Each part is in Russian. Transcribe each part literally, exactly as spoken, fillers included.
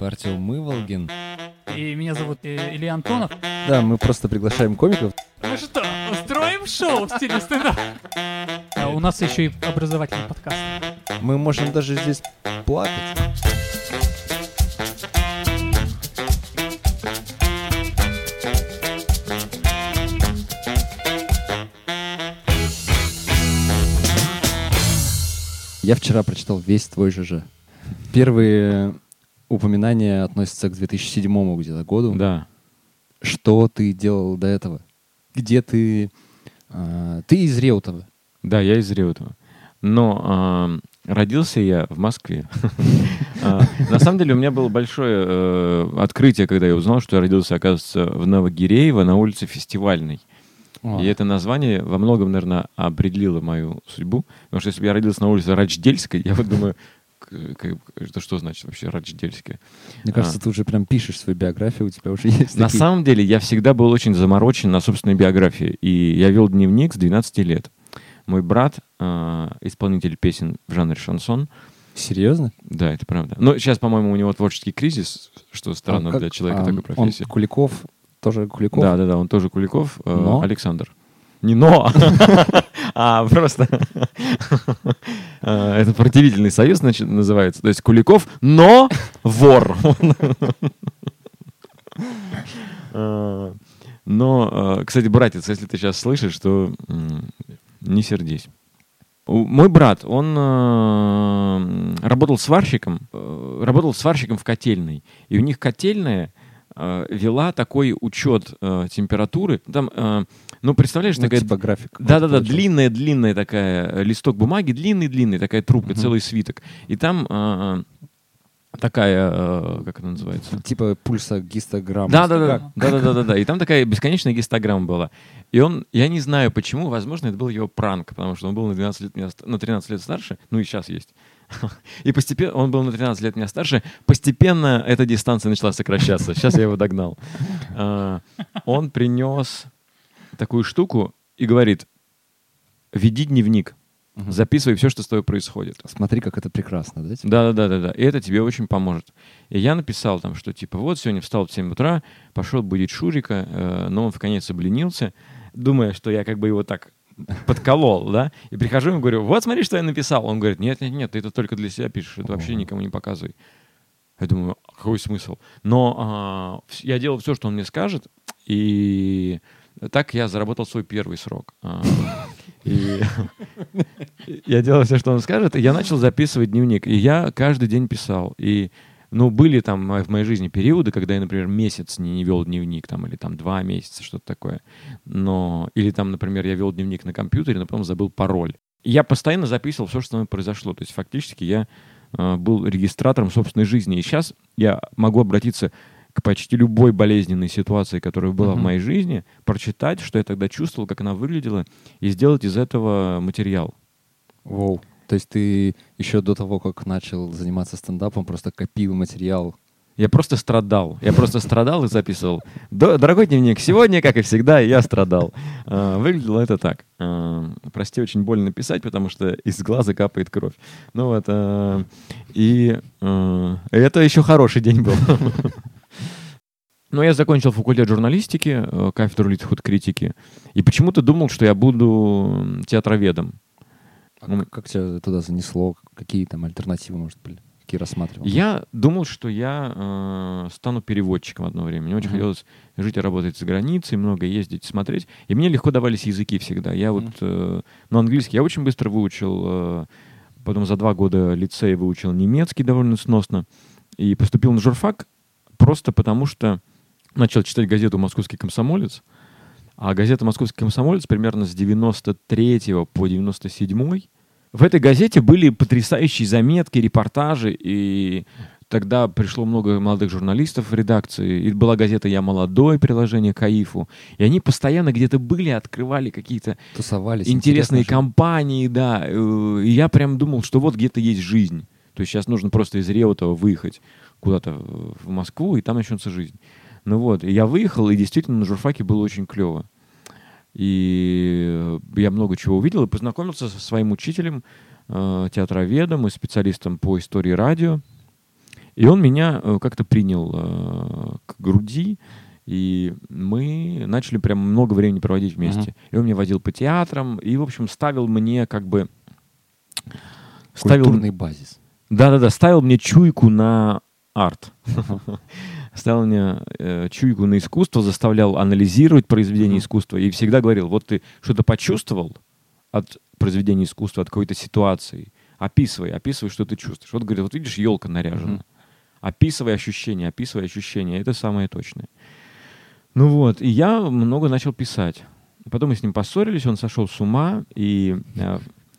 типа Артем Мыволгин. И меня зовут э, Илья Антонов. Да, мы просто приглашаем комиков. Ну что, устроим шоу в стиле стендап? А у нас еще и образовательный подкаст. Мы можем даже здесь плакать. Я вчера прочитал весь твой ЖЖ. Первые упоминания относятся к две тысячи седьмому где-то году. Да. Что ты делал до этого? Где ты... А, ты из Реутова. Да, я из Реутова. Но а, родился я в Москве. На самом деле у меня было большое открытие, когда я узнал, что я родился, оказывается, в Новогиреево на улице Фестивальной. И это название во многом, наверное, определило мою судьбу. Потому что если бы я родился на улице Рочдельской, я вот думаю, это что значит вообще Рочдельская? Мне кажется, а. ты уже прям пишешь свою биографию, у тебя уже есть На такие... самом деле я всегда был очень заморочен на собственной биографии. И я вел дневник с двенадцати лет. Мой брат, э, исполнитель песен в жанре шансон. Серьезно? Да, это правда. Но сейчас, по-моему, у него творческий кризис, что странно а как, для человека а, такой профессии. Он Куликов, тоже Куликов? Да, да, да, он тоже Куликов. Э, но? Александр. Не но, а просто это противительный союз называется. То есть Куликов, но вор. Но, кстати, братец, если ты сейчас слышишь, то не сердись. Мой брат, он работал сварщиком, работал сварщиком в котельной. И у них котельная вела такой учет э, температуры. Там, э, ну, представляешь, ну, такая... Типа график. Да-да-да, длинная-длинная такая, листок бумаги, длинный-длинный, такая трубка, uh-huh. целый свиток. И там э, такая, э, как это называется? Типа пульсогистограмма. Да-да-да, да-да-да-да. И там такая бесконечная гистограмма была. И он, я не знаю почему, возможно, это был его пранк, потому что он был на двенадцать лет, на тринадцать лет старше, ну и сейчас есть. И постепенно, он был на тринадцать лет меня старше, постепенно эта дистанция начала сокращаться. Сейчас я его догнал. Он принес такую штуку и говорит: веди дневник, записывай все, что с тобой происходит. Смотри, как это прекрасно, да? Да-да-да, и это тебе очень поможет. И я написал там, что типа вот сегодня встал в семь утра, пошел будить Шурика, но он вконец обленился, думая, что я как бы его так подколол, да, и прихожу ему говорю: вот смотри, что я написал. Он говорит: нет, нет, нет, ты это только для себя пишешь, это вообще никому не показывай. Я думаю, какой смысл? Но а, я делал все, что он мне скажет, и так я заработал свой первый срок. А, и я делал все, что он скажет, и я начал записывать дневник, и я каждый день писал, и ну, были там в моей жизни периоды, когда я, например, месяц не, не вел дневник, там, или там два месяца, что-то такое. Но, или там, например, я вел дневник на компьютере, но потом забыл пароль. И я постоянно записывал все, что со мной произошло. То есть фактически я э, был регистратором собственной жизни. И сейчас я могу обратиться к почти любой болезненной ситуации, которая была uh-huh. в моей жизни, прочитать, что я тогда чувствовал, как она выглядела, и сделать из этого материал. Воу. Wow. То есть ты еще до того, как начал заниматься стендапом, просто копил материал? Я просто страдал. Я просто страдал и записывал. Дорогой дневник, сегодня, как и всегда, я страдал. Выглядело это так. Прости, очень больно писать, потому что из глаза капает кровь. Ну вот. И это еще хороший день был. Но я закончил факультет журналистики, кафедру литературы, и почему-то думал, что я буду театроведом. А как тебя туда занесло? Какие там альтернативы, может быть, какие рассматривал? Я думал, что я э, стану переводчиком одно время. Мне очень uh-huh. хотелось жить и работать за границей, много ездить, смотреть. И мне легко давались языки всегда. Я uh-huh. вот, э, ну, английский я очень быстро выучил. Э, потом за два года лицея выучил немецкий довольно сносно. И поступил на журфак просто потому, что начал читать газету «Московский комсомолец». А газета «Московский комсомолец» примерно с девяносто третьего по девяносто седьмой. В этой газете были потрясающие заметки, репортажи, и тогда пришло много молодых журналистов в редакции. И была газета «Я молодой», приложение к АИФу. И они постоянно где-то были, открывали какие-то Тусовались, интересные компании, да. И я прям думал, что вот где-то есть жизнь. То есть сейчас нужно просто из Реутова выехать куда-то в Москву, и там начнется жизнь. Ну вот, и я выехал, и действительно на журфаке было очень клево. И я много чего увидел и познакомился со своим учителем, э, театроведом и специалистом по истории радио. И он меня э, как-то принял э, к груди, и мы начали прям много времени проводить вместе. Uh-huh. И он меня водил по театрам, и, в общем, ставил мне как бы... Ставил... Культурный базис. Да-да-да, ставил мне чуйку на арт. Ставил мне э, чуйку на искусство, заставлял анализировать произведение Uh-huh. искусства, и всегда говорил, вот ты что-то почувствовал от произведения искусства, от какой-то ситуации, описывай, описывай, что ты чувствуешь. Вот, говорит, вот видишь, елка наряжена. Uh-huh. Описывай Описывай ощущения, описывай ощущения. Это самое точное. Ну вот, и я много начал писать. Потом мы с ним поссорились, он сошел с ума, и... э,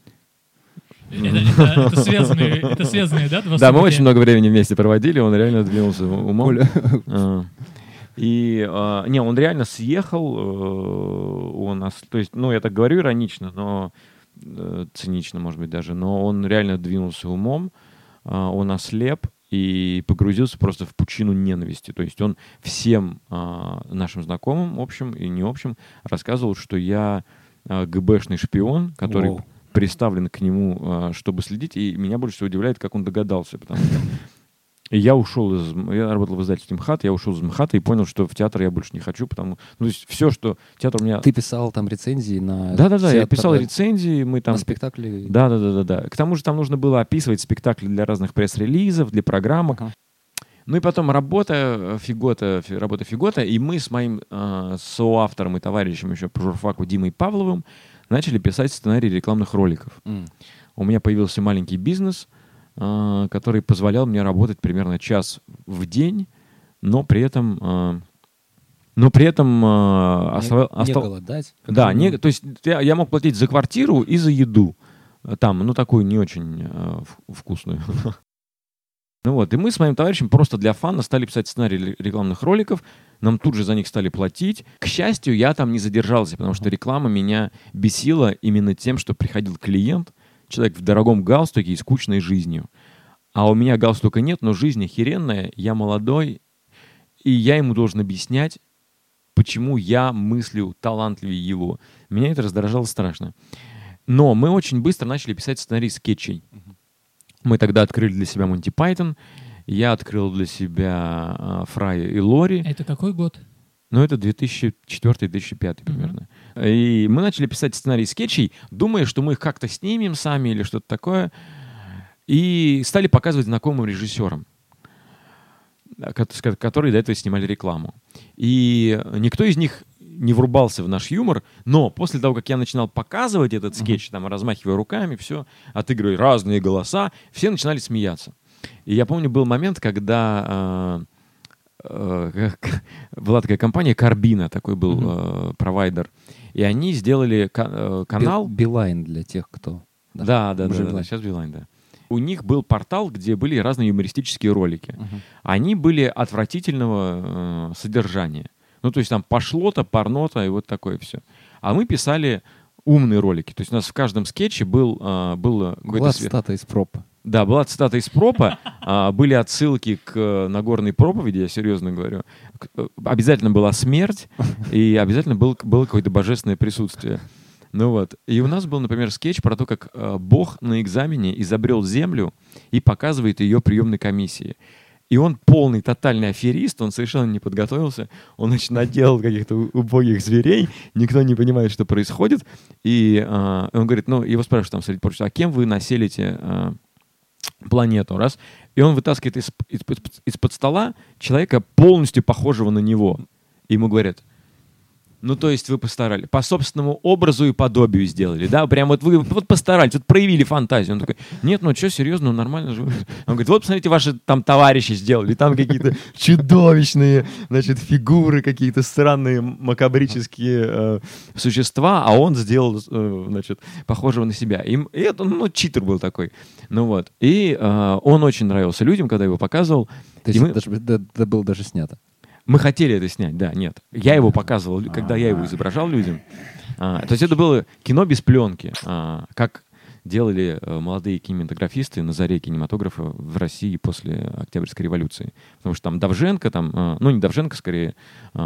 Это, это- это связанные, это связанные, да, два Да, мы события? очень много времени вместе проводили, он реально двинулся умом. Коля. А. И, а, не, он реально съехал, э, он, ос- то есть, ну, я так говорю иронично, но э, цинично, может быть, даже, но он реально двинулся умом, а, он ослеп и погрузился просто в пучину ненависти. То есть он всем а, нашим знакомым, общим и не общим, рассказывал, что я а, ГБшный шпион, который Воу. приставлен к нему, а, чтобы следить, и меня больше всего удивляет, как он догадался, потому что и я ушел из... Я работал в издательстве МХАТ, я ушел из МХАТа и понял, что в театр я больше не хочу, потому... Ну, то есть все, что... Театр у меня... Ты писал там рецензии на... Да-да-да, я театр, писал да, рецензии, мы там... на спектакли. Да-да-да-да. К тому же там нужно было описывать спектакли для разных пресс-релизов, для программок. Ага. Ну и потом работа Фигота, фи- работа Фигота, и мы с моим э, соавтором и товарищем еще по журфаку Димой Павловым начали писать сценарий рекламных роликов. М. У меня появился маленький бизнес, э, который позволял мне работать примерно час в день, но при этом, э, но при этом э, Не- остава- не остал- голодать. как да, минимум. не, то есть я, я мог платить за квартиру и за еду э, там, ну такую не очень э, в- вкусную. Ну вот, и мы с моим товарищем просто для фана стали писать сценарий ре- рекламных роликов, нам тут же за них стали платить. К счастью, я там не задержался, потому что реклама меня бесила именно тем, что приходил клиент, человек в дорогом галстуке и скучной жизнью. А у меня галстука нет, но жизнь охеренная, я молодой, и я ему должен объяснять, почему я мыслю талантливее его. Меня это раздражало страшно. Но мы очень быстро начали писать сценарий скетчей. Мы тогда открыли для себя Монти Пайтон, я открыл для себя а, Фрая и Лори. Это какой год? Ну, это две тысячи четвёртый - две тысячи пятый примерно. И мы начали писать сценарий скетчей, думая, что мы их как-то снимем сами или что-то такое. И стали показывать знакомым режиссерам, ко- с ко- которые до этого снимали рекламу. И никто из них не врубался в наш юмор, но после того, как я начинал показывать этот скетч, там, размахивая руками, все, отыгрывая разные голоса, все начинали смеяться. И я помню, был момент, когда э, э, как- была такая компания Карбина, такой был Мгм. э, провайдер, и они сделали ка- э, канал. Би- Билайн для тех, кто... Да, да, да, уже да, да, Билайн. сейчас Билайн, да. У них был портал, где были разные юмористические ролики. Мгм. Они были отвратительного э, содержания. Ну, то есть там пошло-то, порно-то и вот такое все. А мы писали умные ролики. То есть у нас в каждом скетче был, э, было какой-то Была све- цитата из проб. Да, была цитата из пропа, а, были отсылки к э, Нагорной проповеди, я серьезно говорю. К- э, Обязательно была смерть, и обязательно был, было какое-то божественное присутствие. Ну вот. И у нас был, например, скетч про то, как э, Бог на экзамене изобрел Землю и показывает ее приемной комиссии. И он полный, тотальный аферист, он совершенно не подготовился, он, значит, наделал каких-то у- убогих зверей, никто не понимает, что происходит. И э, он говорит, ну, его спрашивают там среди прочего, а кем вы населите э, планету, раз. И он вытаскивает из, из, из-под стола человека, полностью похожего на него. И ему говорят, ну, то есть вы постарались, по собственному образу и подобию сделали, да? Прям вот вы вот постарались, вот проявили фантазию. Он такой, нет, ну что, серьезно, ну нормально же. Он говорит, вот посмотрите, ваши там товарищи сделали, там какие-то чудовищные, значит, фигуры, какие-то странные макабрические э, существа, а он сделал, э, значит, похожего на себя. И, и это, ну, читер был такой. Ну вот. И э, он очень нравился людям, когда его показывал. То И есть мы- это, даже- да- это было даже снято. Мы хотели это снять, да, нет. Я его показывал, лю- когда я его изображал людям. А, то есть это было кино без пленки, а, как делали э, молодые кинематографисты на заре кинематографа в России после Октябрьской революции. Потому что там Довженко, там, а, ну не Довженко, скорее,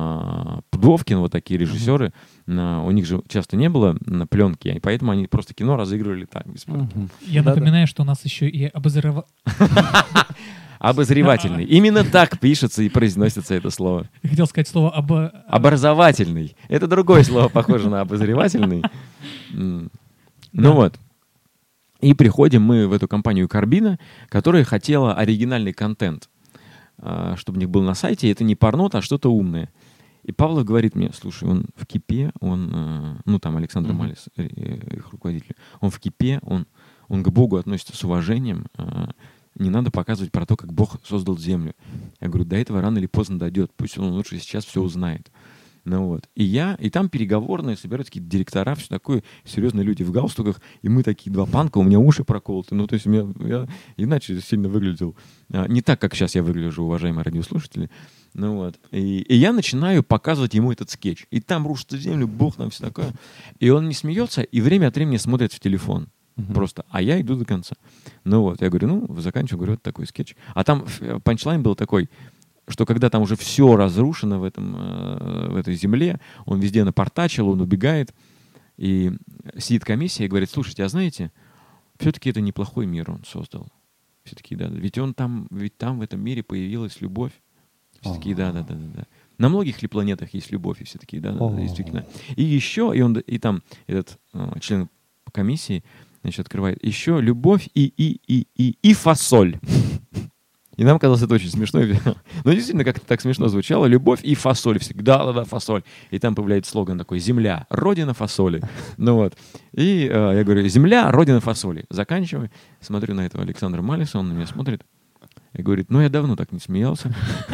а, Пудовкин, вот такие режиссеры, а, у них же часто не было на пленке, и поэтому они просто кино разыгрывали так, без пленки. Я Да-да. напоминаю, что у нас еще и обозрев... Обозревательный. Именно так пишется и произносится это слово. Я хотел сказать слово обо... Образовательный. Это другое слово, похоже на обозревательный. Ну вот. И приходим мы в эту компанию Карбина, которая хотела оригинальный контент, чтобы у них был на сайте. Это не порнот, а что-то умное. И Павлов говорит мне, слушай, он в КИПе, он, ну там Александр mm-hmm. Малис, их руководитель, он в КИПе, он, он к Богу относится с уважением, не надо показывать про то, как Бог создал землю. Я говорю, до этого рано или поздно дойдет, пусть он лучше сейчас все узнает. Ну вот. И я, и там переговорные, собираются какие-то директора, все такое, серьезные люди в галстуках, и мы такие два панка, у меня уши проколоты, ну то есть у меня, я иначе сильно выглядел, не так, как сейчас я выгляжу, уважаемые радиослушатели. Ну вот. И, и я начинаю показывать ему этот скетч. И там рушится землю, Бог там все такое. И он не смеется, и время от времени смотрит в телефон. Uh-huh. Просто. А я иду до конца. Ну вот. Я говорю, ну, заканчиваю, говорю, вот такой скетч. А там панчлайн был такой, что когда там уже все разрушено в, этом, э, в этой земле, он везде напортачил, он убегает. И сидит комиссия и говорит, слушайте, а знаете, все-таки это неплохой мир он создал. Все-таки, да. Ведь он там, ведь там в этом мире появилась любовь. Все такие, да, да, да, да, да. На многих ли планетах есть любовь, и все такие, да, да, да, действительно. И еще, и он, и там этот э, член комиссии, значит, открывает, еще любовь и, и, и, и, и фасоль. И нам казалось это очень смешно. Но действительно, как-то так смешно звучало. Любовь и фасоль. Да, да, да, фасоль. И там появляется слоган такой, земля, родина фасоли. Ну вот. И э, я говорю, земля, родина фасоли. Заканчиваю, смотрю на этого Александра Малиса, он на меня смотрит. И говорит, ну я давно так не смеялся.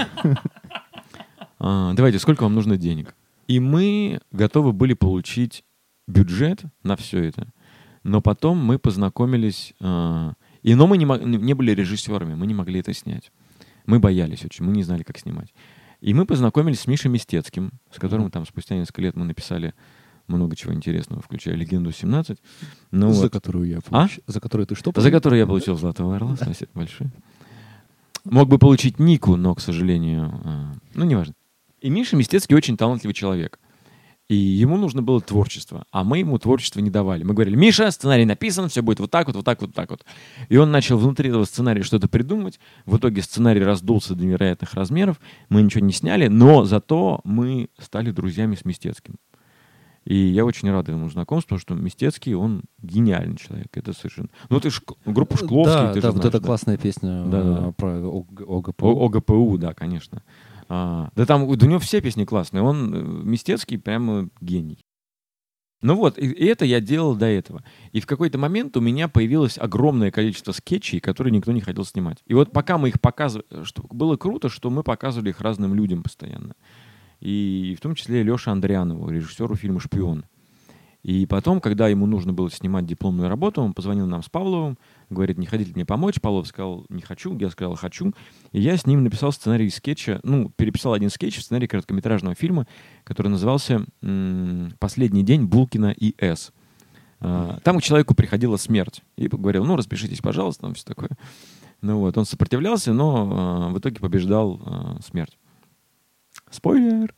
а, давайте, сколько вам нужно денег? И мы готовы были получить бюджет на все это. Но потом мы познакомились... А, и, но мы не, не были режиссерами, мы не могли это снять. Мы боялись очень, мы не знали, как снимать. И мы познакомились с Мишей Мистецким, с которым там спустя несколько лет мы написали много чего интересного, включая «Легенду семнадцать». Ну, за вот. которую я получил. А? За которую ты что получил? За которую я получил «Золотого орла». Спасибо большое. Мог бы получить Нику, но, к сожалению, э, ну, неважно. И Миша Мистецкий очень талантливый человек. И ему нужно было творчество, а мы ему творчество не давали. Мы говорили, Миша, сценарий написан, все будет вот так вот, вот так вот, вот так вот. И он начал внутри этого сценария что-то придумывать. В итоге сценарий раздулся до невероятных размеров. Мы ничего не сняли, но зато мы стали друзьями с Мистецким. И я очень рад этому знакомству, потому что Мистецкий, он гениальный человек. Это совершенно... Ну, ты ж группу Шкловский, да, ты да, же вот знаешь, эта да? классная песня да, да. про ОГПУ. О, ОГПУ, да, конечно. А, да там у него все песни классные. Он, Мистецкий, прямо гений. Ну вот, и, и это я делал до этого. И в какой-то момент у меня появилось огромное количество скетчей, которые никто не хотел снимать. И вот пока мы их показывали... Что, было круто, что мы показывали их разным людям постоянно. И в том числе Леше Андрианову, режиссеру фильма «Шпион». И потом, когда ему нужно было снимать дипломную работу, он позвонил нам с Павловым, говорит, не хотите ли мне помочь? Павлов сказал, не хочу. Я сказал, хочу. И я с ним написал сценарий скетча, ну, переписал один скетч в сценарий короткометражного фильма, который назывался «Последний день Булкина и С». Там к человеку приходила смерть. И говорил, ну, распишитесь, пожалуйста, там все такое. Ну вот, он сопротивлялся, но в итоге побеждал смерть. Спойлер!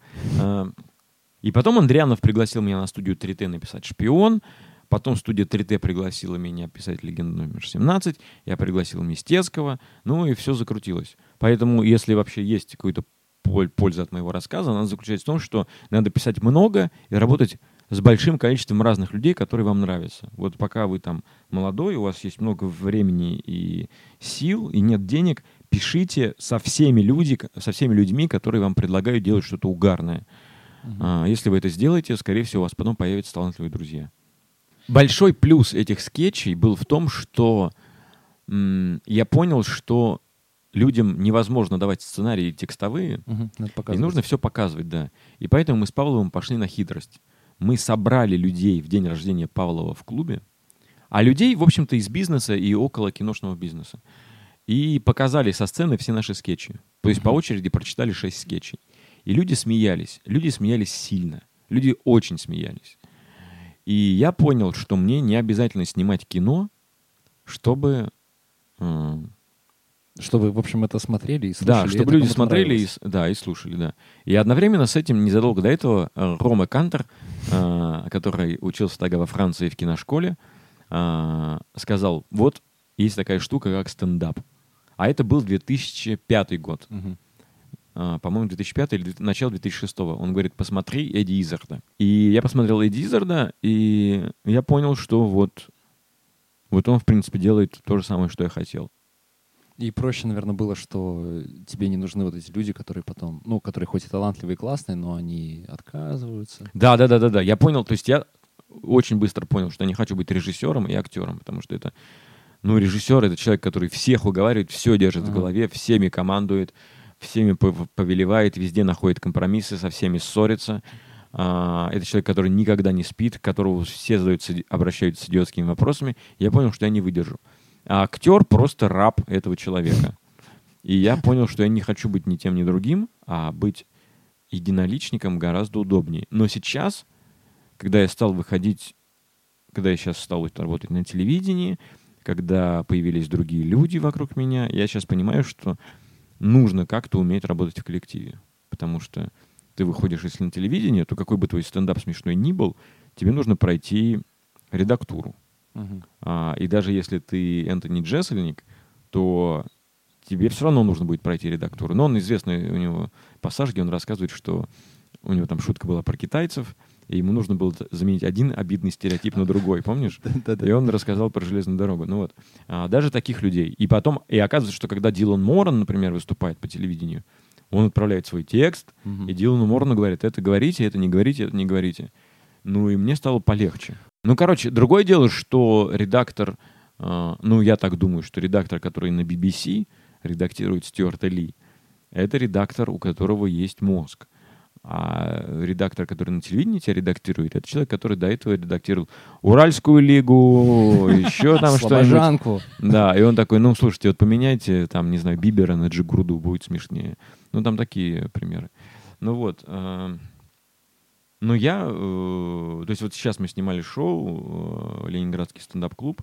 И потом Андрианов пригласил меня на студию три тэ написать «Шпион». Потом студия три тэ пригласила меня писать «Легенду номер семнадцать». Я пригласил Мистецкого. Ну и все закрутилось. Поэтому, если вообще есть какая-то польза от моего рассказа, она заключается в том, что надо писать много и работать с большим количеством разных людей, которые вам нравятся. Вот пока вы там молодой, у вас есть много времени и сил, и нет денег, пишите со всеми, люди, со всеми людьми, которые вам предлагают делать что-то угарное. Uh-huh. А, если вы это сделаете, скорее всего, у вас потом появятся талантливые друзья. Большой плюс этих скетчей был в том, что м- я понял, что людям невозможно давать сценарии текстовые, uh-huh. и нужно все показывать, да. И поэтому мы с Павловым пошли на хитрость. Мы собрали людей в день рождения Павлова в клубе, а людей, в общем-то, из бизнеса и около киношного бизнеса. И показали со сцены все наши скетчи. То есть uh-huh. по очереди прочитали шесть скетчей. И люди смеялись. Люди смеялись сильно. Люди очень смеялись. И я понял, что мне не обязательно снимать кино, чтобы... Э, чтобы, в общем, это смотрели и слушали. Да, чтобы люди смотрели и, да, и слушали, да. И одновременно с этим, незадолго до этого, Рома Кантер, э, который учился тогда во Франции в киношколе, э, сказал, вот есть такая штука, как стендап. А это был две тысячи пятый год. Мгм. А, по-моему, две тысячи пятый или две- начало две тысячи шестого. Он говорит, посмотри Эдди Иззарда. И я посмотрел Эдди Иззарда, и я понял, что вот, вот он, в принципе, делает то же самое, что я хотел. И проще, наверное, было, что тебе не нужны вот эти люди, которые потом, ну, которые хоть и талантливые и классные, но они отказываются. Да, да, да, да, да. Я понял, то есть я очень быстро понял, что я не хочу быть режиссером и актером, потому что это, ну, режиссер — это человек, который всех уговаривает, все держит в Ага. голове, всеми командует, всеми пов- повелевает, везде находит компромиссы, со всеми ссорится. А, это человек, который никогда не спит, к которому все задаются, обращаются с идиотскими вопросами. Я понял, что я не выдержу. А актер просто раб этого человека. И я понял, что я не хочу быть ни тем, ни другим, а быть единоличником гораздо удобнее. Но сейчас, когда я стал выходить, когда я сейчас стал работать на телевидении, когда появились другие люди вокруг меня, я сейчас понимаю, что нужно как-то уметь работать в коллективе. Потому что ты выходишь, если на телевидение, то какой бы твой стендап смешной ни был, тебе нужно пройти редактуру. Мгм. А, и даже если ты Энтони Джессельник, то тебе все равно нужно будет пройти редактуру. Но он известный, у него пассаж, где он рассказывает, что у него там шутка была про китайцев, и ему нужно было заменить один обидный стереотип на другой, помнишь? И он рассказал про железную дорогу. Ну вот. А, даже таких людей. И потом, и оказывается, что когда Дилан Моран, например, выступает по телевидению, он отправляет свой текст, Мгм. и Дилану Морану говорит, это говорите, это не говорите, это не говорите. Ну и мне стало полегче. Ну, короче, другое дело, что редактор, э, ну, я так думаю, что редактор, который на би би си редактирует Стюарта Ли, это редактор, у которого есть мозг. А редактор, который на телевидении тебя редактирует, это человек, который до этого редактировал Уральскую лигу, еще там что-нибудь. Слобожанку. Да, и он такой, ну, слушайте, вот поменяйте, там, не знаю, Бибера на Джигурду, будет смешнее. Ну, там такие примеры. Ну вот. э, Ну, я... э, То есть вот сейчас мы снимали шоу э, «Ленинградский стендап-клуб»,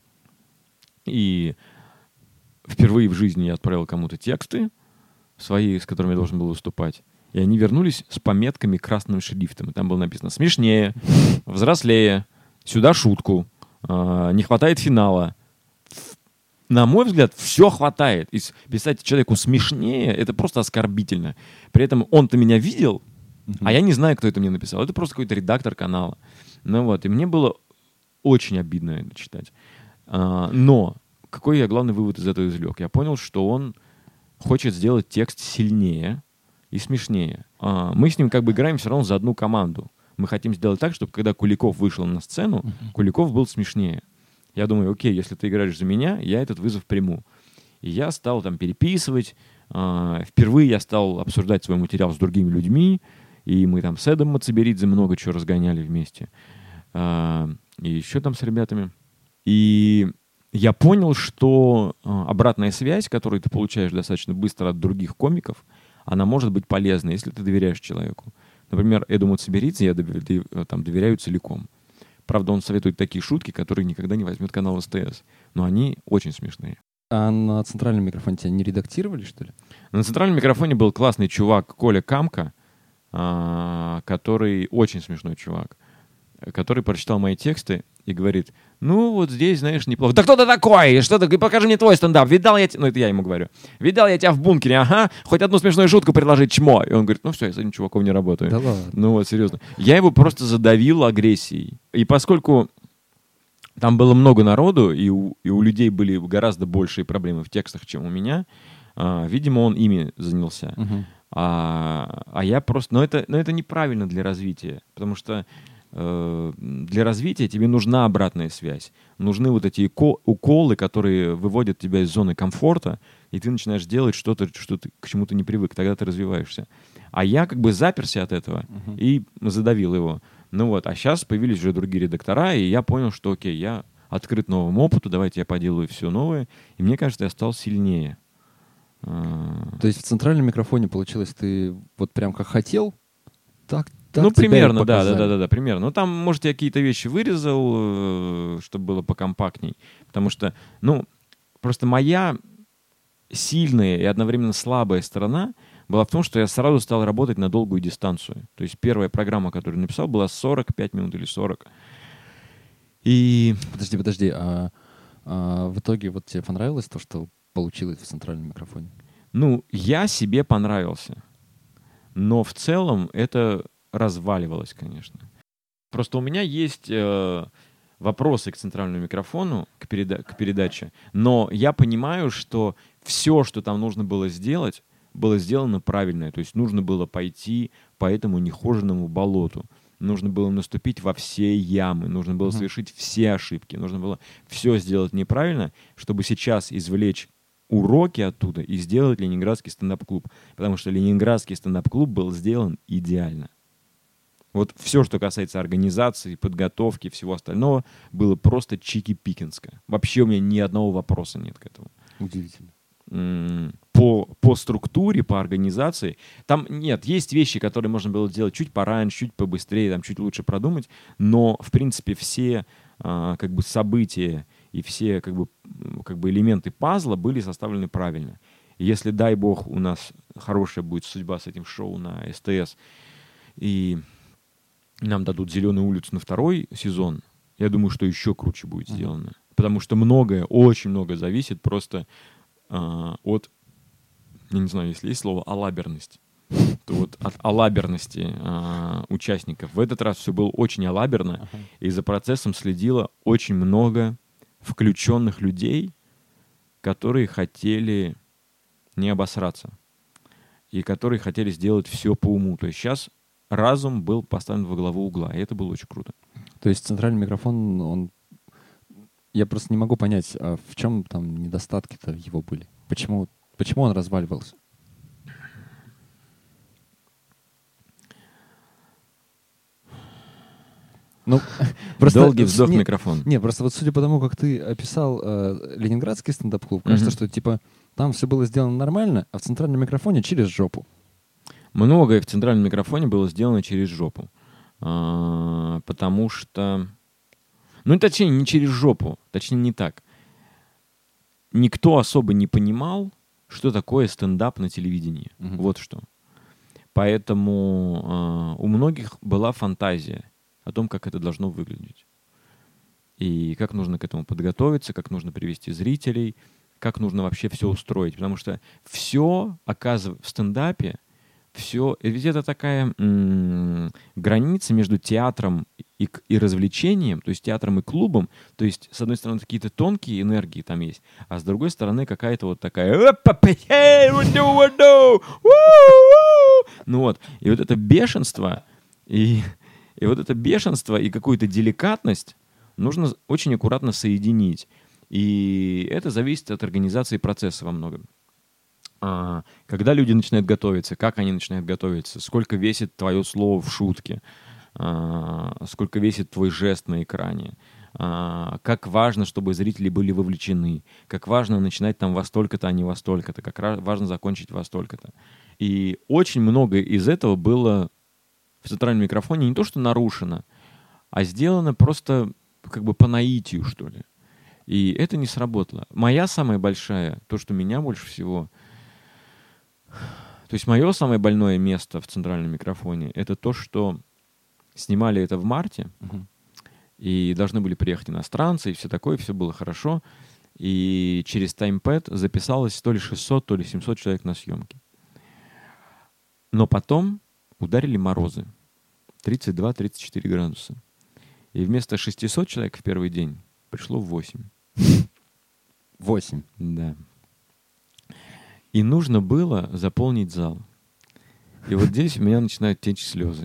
и впервые в жизни я отправил кому-то тексты свои, с которыми я должен был выступать. И они вернулись с пометками красным шрифтом. И там было написано «Смешнее», «Взрослее», «Сюда шутку», э, «Не хватает финала». На мой взгляд, все хватает. И с- писать человеку смешнее — это просто оскорбительно. При этом он-то меня видел, а я не знаю, кто это мне написал. Это просто какой-то редактор канала. Ну вот, и мне было очень обидно это читать. А, но какой я главный вывод из этого извлек? Я понял, что он хочет сделать текст сильнее и смешнее. А, мы с ним как бы играем все равно за одну команду. Мы хотим сделать так, чтобы когда Куликов вышел на сцену, Куликов был смешнее. Я думаю, окей, если ты играешь за меня, я этот вызов приму. И я стал там переписывать. а, Впервые я стал обсуждать свой материал с другими людьми. И мы там с Эдом Мацеберидзе много чего разгоняли вместе. А, И еще там с ребятами. И я понял, что а, обратная связь, которую ты получаешь достаточно быстро от других комиков, она может быть полезна, если ты доверяешь человеку. Например, Эду Мацеберидзе я довер- дов- там, доверяю целиком. Правда, он советует такие шутки, которые никогда не возьмет канал СТС. Но они очень смешные. А на центральном микрофоне тебя не редактировали, что ли? На центральном микрофоне был классный чувак Коля Камка, а, который очень смешной чувак, который прочитал мои тексты и говорит, ну вот здесь, знаешь, неплохо. Да кто ты такой? Что ты? Покажи мне твой стендап. Видал я тебя... Ну, это я ему говорю. Видал я тебя в бункере, ага. Хоть одну смешную шутку предложить, чмо. И он говорит, ну все, я с этим чуваком не работаю. Да ладно. Ну вот, серьезно. Я его просто задавил агрессией. И поскольку там было много народу, и у, и у людей были гораздо большие проблемы в текстах, чем у меня, а, видимо, он ими занялся. Мгм. А, а я просто... Но это, но это неправильно для развития. Потому что э, для развития тебе нужна обратная связь. Нужны вот эти уко- уколы, которые выводят тебя из зоны комфорта, и ты начинаешь делать что-то, что ты к чему-то не привык. Тогда ты развиваешься. А я как бы заперся от этого Мгм. и задавил его. Ну вот, а сейчас появились уже другие редактора, и я понял, что окей, я открыт новому опыту, давайте я поделаю все новое. И мне кажется, я стал сильнее. А, То есть в центральном микрофоне получилось, ты вот прям как хотел, так, так ну, тебя и примерно, да, да, показали. да, да, да, примерно. Ну, там, может, я какие-то вещи вырезал, э, чтобы было покомпактней. Потому что, ну, просто моя сильная и одновременно слабая сторона была в том, что я сразу стал работать на долгую дистанцию. То есть первая программа, которую написал, была сорок пять минут или сорок. И Подожди, подожди, а, а в итоге вот тебе понравилось то, что получилось в центральном микрофоне? Ну, я себе понравился. Но в целом это разваливалось, конечно. Просто у меня есть э, вопросы к центральному микрофону, к, переда- к передаче, но я понимаю, что все, что там нужно было сделать, было сделано правильно. То есть нужно было пойти по этому нехоженному болоту. Нужно было наступить во все ямы, нужно было Мгм. совершить все ошибки, нужно было все сделать неправильно, чтобы сейчас извлечь уроки оттуда и сделать Ленинградский стендап-клуб. Потому что Ленинградский стендап-клуб был сделан идеально. Вот все, что касается организации, подготовки, всего остального, было просто чики-пикинское. Вообще у меня ни одного вопроса нет к этому. Удивительно. М, По, по структуре, по организации. Там нет, есть вещи, которые можно было сделать чуть пораньше, чуть побыстрее, там, чуть лучше продумать, но, в принципе, все а, как бы события и все как бы, м, как бы элементы пазла были составлены правильно. И если, дай бог, у нас хорошая будет судьба с этим шоу на СТС, и нам дадут «Зеленую улицу» на второй сезон, я думаю, что еще круче будет Мгм. сделано. Потому что многое, очень многое зависит просто а, от, я не знаю, если есть слово «алаберность», то вот от алаберности а, участников. В этот раз все было очень алаберно, Ага. и за процессом следило очень много включенных людей, которые хотели не обосраться, и которые хотели сделать все по уму. То есть сейчас разум был поставлен во главу угла, и это было очень круто. То есть центральный микрофон, он... Я просто не могу понять, а в чем там недостатки-то его были? Почему, почему он разваливался? Ну, просто... Долгий вздох в не, микрофон. не, просто вот судя по тому, как ты описал э, Ленинградский стендап-клуб, кажется, Мгм. что типа там все было сделано нормально, а в центральном микрофоне через жопу. Многое в центральном микрофоне было сделано через жопу. А, потому что... Ну, точнее, не через жопу. Точнее, не так. Никто особо не понимал, что такое стендап на телевидении. Мгм. Вот что. Поэтому а, у многих была фантазия о том, как это должно выглядеть. И как нужно к этому подготовиться, как нужно привести зрителей, как нужно вообще все устроить. Потому что все, оказывается, в стендапе, все, ведь это такая м, граница между театром и, к- и развлечением, то есть театром и клубом. То есть, с одной стороны, какие-то тонкие энергии там есть, а с другой стороны, какая-то вот такая... «Опа-па-хей, уду, уду, у-у-у». Ну вот, и вот это бешенство, и, и вот это бешенство, и какую-то деликатность нужно очень аккуратно соединить. И это зависит от организации процесса во многом. А, когда люди начинают готовиться, как они начинают готовиться, сколько весит твое слово в шутке, а, сколько весит твой жест на экране, а, как важно, чтобы зрители были вовлечены, как важно начинать там во столько-то, а не во столько-то, как ра- важно закончить во столько-то. И очень много из этого было в центральном микрофоне не то, что нарушено, а сделано просто как бы по наитию, что ли. И это не сработало. Моя самая большая, то, что меня больше всего... То есть мое самое больное место в центральном микрофоне — это то, что снимали это в марте, Мгм. и должны были приехать иностранцы, и все такое, все было хорошо. И через таймпэд записалось то ли шестьсот, то ли семьсот человек на съемки. Но потом ударили морозы. тридцать два - тридцать четыре градуса. И вместо шестисот человек в первый день пришло восемь. Восемь. Да. И нужно было заполнить зал. И вот здесь у меня начинают течь слезы.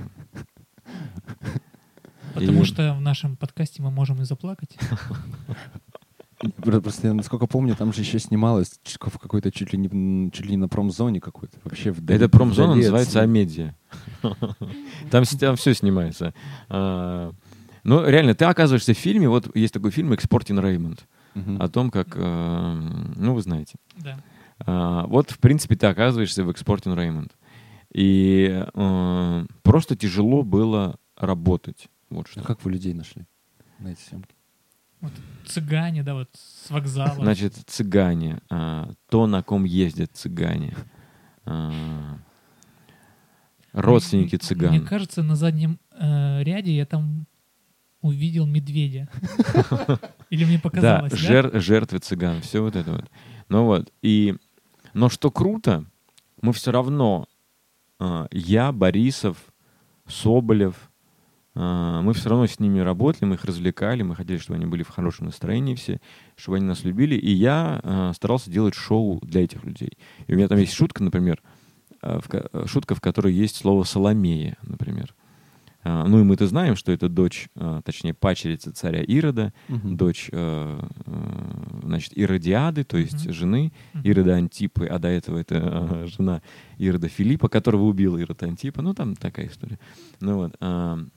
Потому И- что в нашем подкасте мы можем и заплакать. Про- Просто я, насколько помню, там же еще снималось ч- в какой-то чуть ли не, м, чуть ли не на промзоне какой-то. Вообще вдали- Это промзона вдали от называется снега. Амедиа. Там, с- там все снимается. А, Ну, реально, ты оказываешься в фильме, вот есть такой фильм «Экспортин Реймонд», Мгм. о том, как, э, ну, вы знаете. Да. А, Вот, в принципе, ты оказываешься в «Экспортин Реймонд». И э, просто тяжело было работать. Вот А что. как вы людей нашли на эти съемки? Цыгане, да, вот с вокзала. Значит, цыгане, а, то, на ком ездят цыгане, а, родственники М- цыган. Мне кажется, на заднем э, ряде я там увидел медведя. Или мне Да, показалось, да? жер- жертвы цыган, все вот это вот. Ну вот, и... Но что круто, мы все равно, э, я, Борисов, Соболев, э, мы все равно с ними работали, мы их развлекали, мы хотели, чтобы они были в хорошем настроении все, чтобы они нас любили, и я э, старался делать шоу для этих людей. И у меня там есть шутка, например, э, в, шутка, в которой есть слово «Соломея», например. Uh, ну и мы-то знаем, что это дочь, uh, точнее, пачерица царя Ирода, uh-huh. дочь, uh, uh, значит, Иродиады, то есть uh-huh. жены Ирода Антипы, а до этого это uh, жена Ирода Филиппа, которого убил Ирод Антипа. Ну, там такая история. Ну вот. Uh,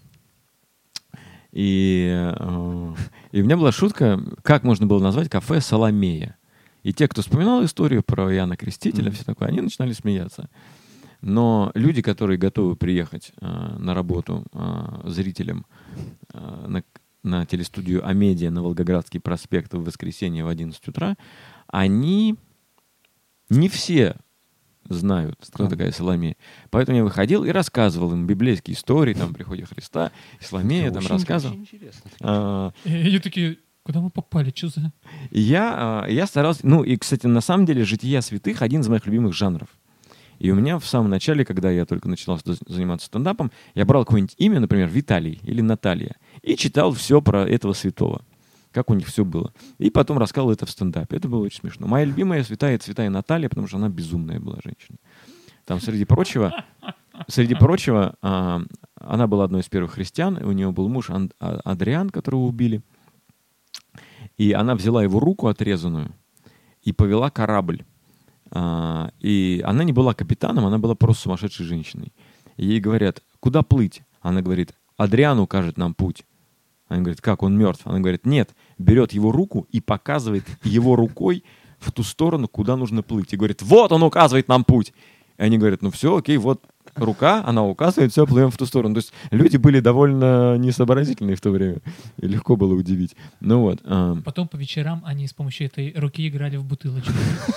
и, uh, и у меня была шутка, как можно было назвать кафе «Соломея». И те, кто вспоминал историю про Иоанна Крестителя, uh-huh. все такое, они начинали смеяться. Но люди, которые готовы приехать э, на работу э, зрителям э, на, на телестудию «Амедиа» на Волгоградский проспект в воскресенье в одиннадцать утра, они не все знают, кто такая Соломея. Поэтому я выходил и рассказывал им библейские истории, там, о приходе Христа, Соломея там рассказывал. А, и они такие... Куда мы попали? Что за... Я, я старался... Ну, и, кстати, на самом деле, «Жития святых» — один из моих любимых жанров. И у меня в самом начале, когда я только начал заниматься стендапом, я брал какое-нибудь имя, например, Виталий или Наталья, и читал все про этого святого, как у них все было. И потом рассказывал это в стендапе. Это было очень смешно. Моя любимая святая — святая Наталья, потому что она безумная была женщина. Там, среди прочего, среди прочего, а, она была одной из первых христиан, у нее был муж Анд- Адриан, которого убили. И она взяла его руку отрезанную и повела корабль. Uh, и она не была капитаном, она была просто сумасшедшей женщиной. И ей говорят, куда плыть? Она говорит, Адриан укажет нам путь. Она говорит, как, он мертв? Она говорит, нет, берет его руку и показывает его рукой в ту сторону, куда нужно плыть. И говорит, вот он указывает нам путь. И они говорят, ну все, окей, вот рука, она указывает, все, плывем в ту сторону. То есть люди были довольно несообразительные в то время. И легко было удивить. Ну вот. Uh... Потом по вечерам они с помощью этой руки играли в бутылочку.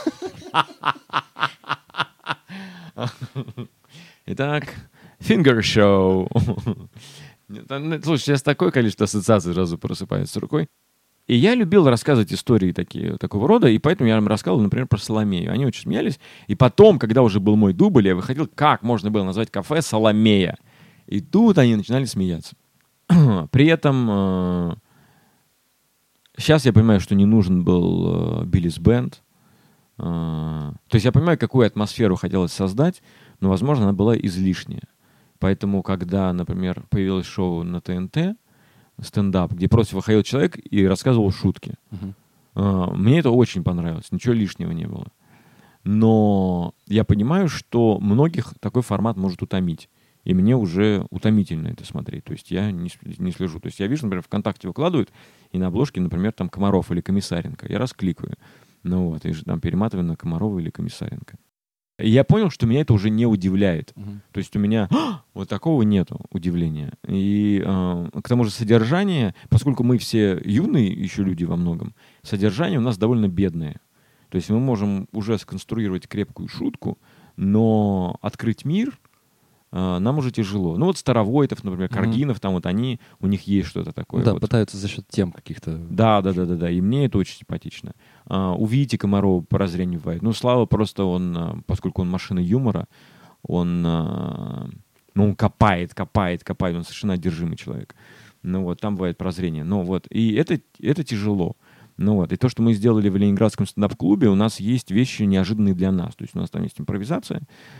Итак, finger show. Слушай, сейчас такое количество ассоциаций сразу просыпается с рукой. И я любил рассказывать истории такие, такого рода, и поэтому я им рассказывал, например, про Соломею. Они очень смеялись. И потом, когда уже был мой дубль, я выходил, как можно было назвать кафе «Соломея». И тут они начинали смеяться. При этом э, сейчас я понимаю, что не нужен был э, Биллис Бенд. Uh, то есть я понимаю, какую атмосферу хотелось создать, но, возможно, она была излишняя. Поэтому, когда, например, появилось шоу на ТНТ, стендап, где просто выходил человек и рассказывал шутки, uh-huh. uh, мне это очень понравилось, ничего лишнего не было. Но я понимаю, что многих такой формат может утомить. И мне уже утомительно это смотреть. То есть я не, не слежу. То есть я вижу, например, ВКонтакте выкладывают, и на обложке, например, там Комаров или Комиссаренко. Я раз кликаю. Ну вот, и там перематываю на Комарова или Комиссаренко. И я понял, что меня это уже не удивляет. Uh-huh. То есть у меня вот такого нету удивления. И э, к тому же содержание, поскольку мы все юные еще люди во многом, содержание у нас довольно бедное. То есть мы можем уже сконструировать крепкую шутку, но открыть мир э, нам уже тяжело. Ну вот Старовойтов, например, Каргинов, uh-huh. там вот они, у них есть что-то такое. Да, вот. Пытаются за счет тем каких-то... Да, да, да, да, да. И мне это очень симпатично. Uh, у Вити Комарова подозрение бывает. Ну, Слава просто, он, uh, поскольку он машина юмора, он, uh, ну, он копает, копает, копает. Он совершенно одержимый человек. Ну вот, там бывает прозрение. Ну вот, и это, это тяжело. Ну вот, и то, что мы сделали в Ленинградском стендап-клубе, у нас есть вещи неожиданные для нас. То есть у нас там есть импровизация,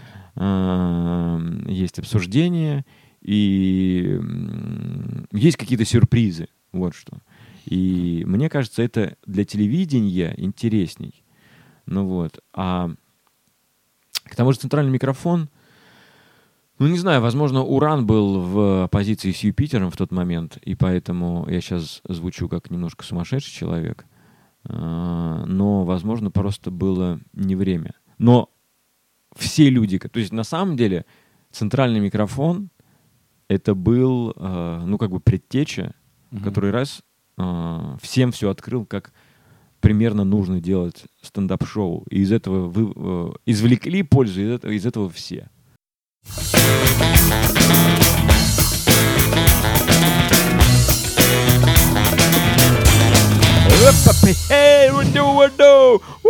uh, есть обсуждение, и uh, есть какие-то сюрпризы. Вот что. И мне кажется, это для телевидения интересней. Ну вот. А к тому же центральный микрофон, ну не знаю, возможно, Уран был в оппозиции с Юпитером в тот момент, и поэтому я сейчас звучу как немножко сумасшедший человек. Но, возможно, просто было не время. Но все люди, то есть на самом деле центральный микрофон это был, ну как бы предтеча, mm-hmm. который раз Uh, всем все открыл, как примерно нужно делать стендап-шоу. И из этого вы uh, извлекли пользу, из этого, из этого все. Hey, what do, what do?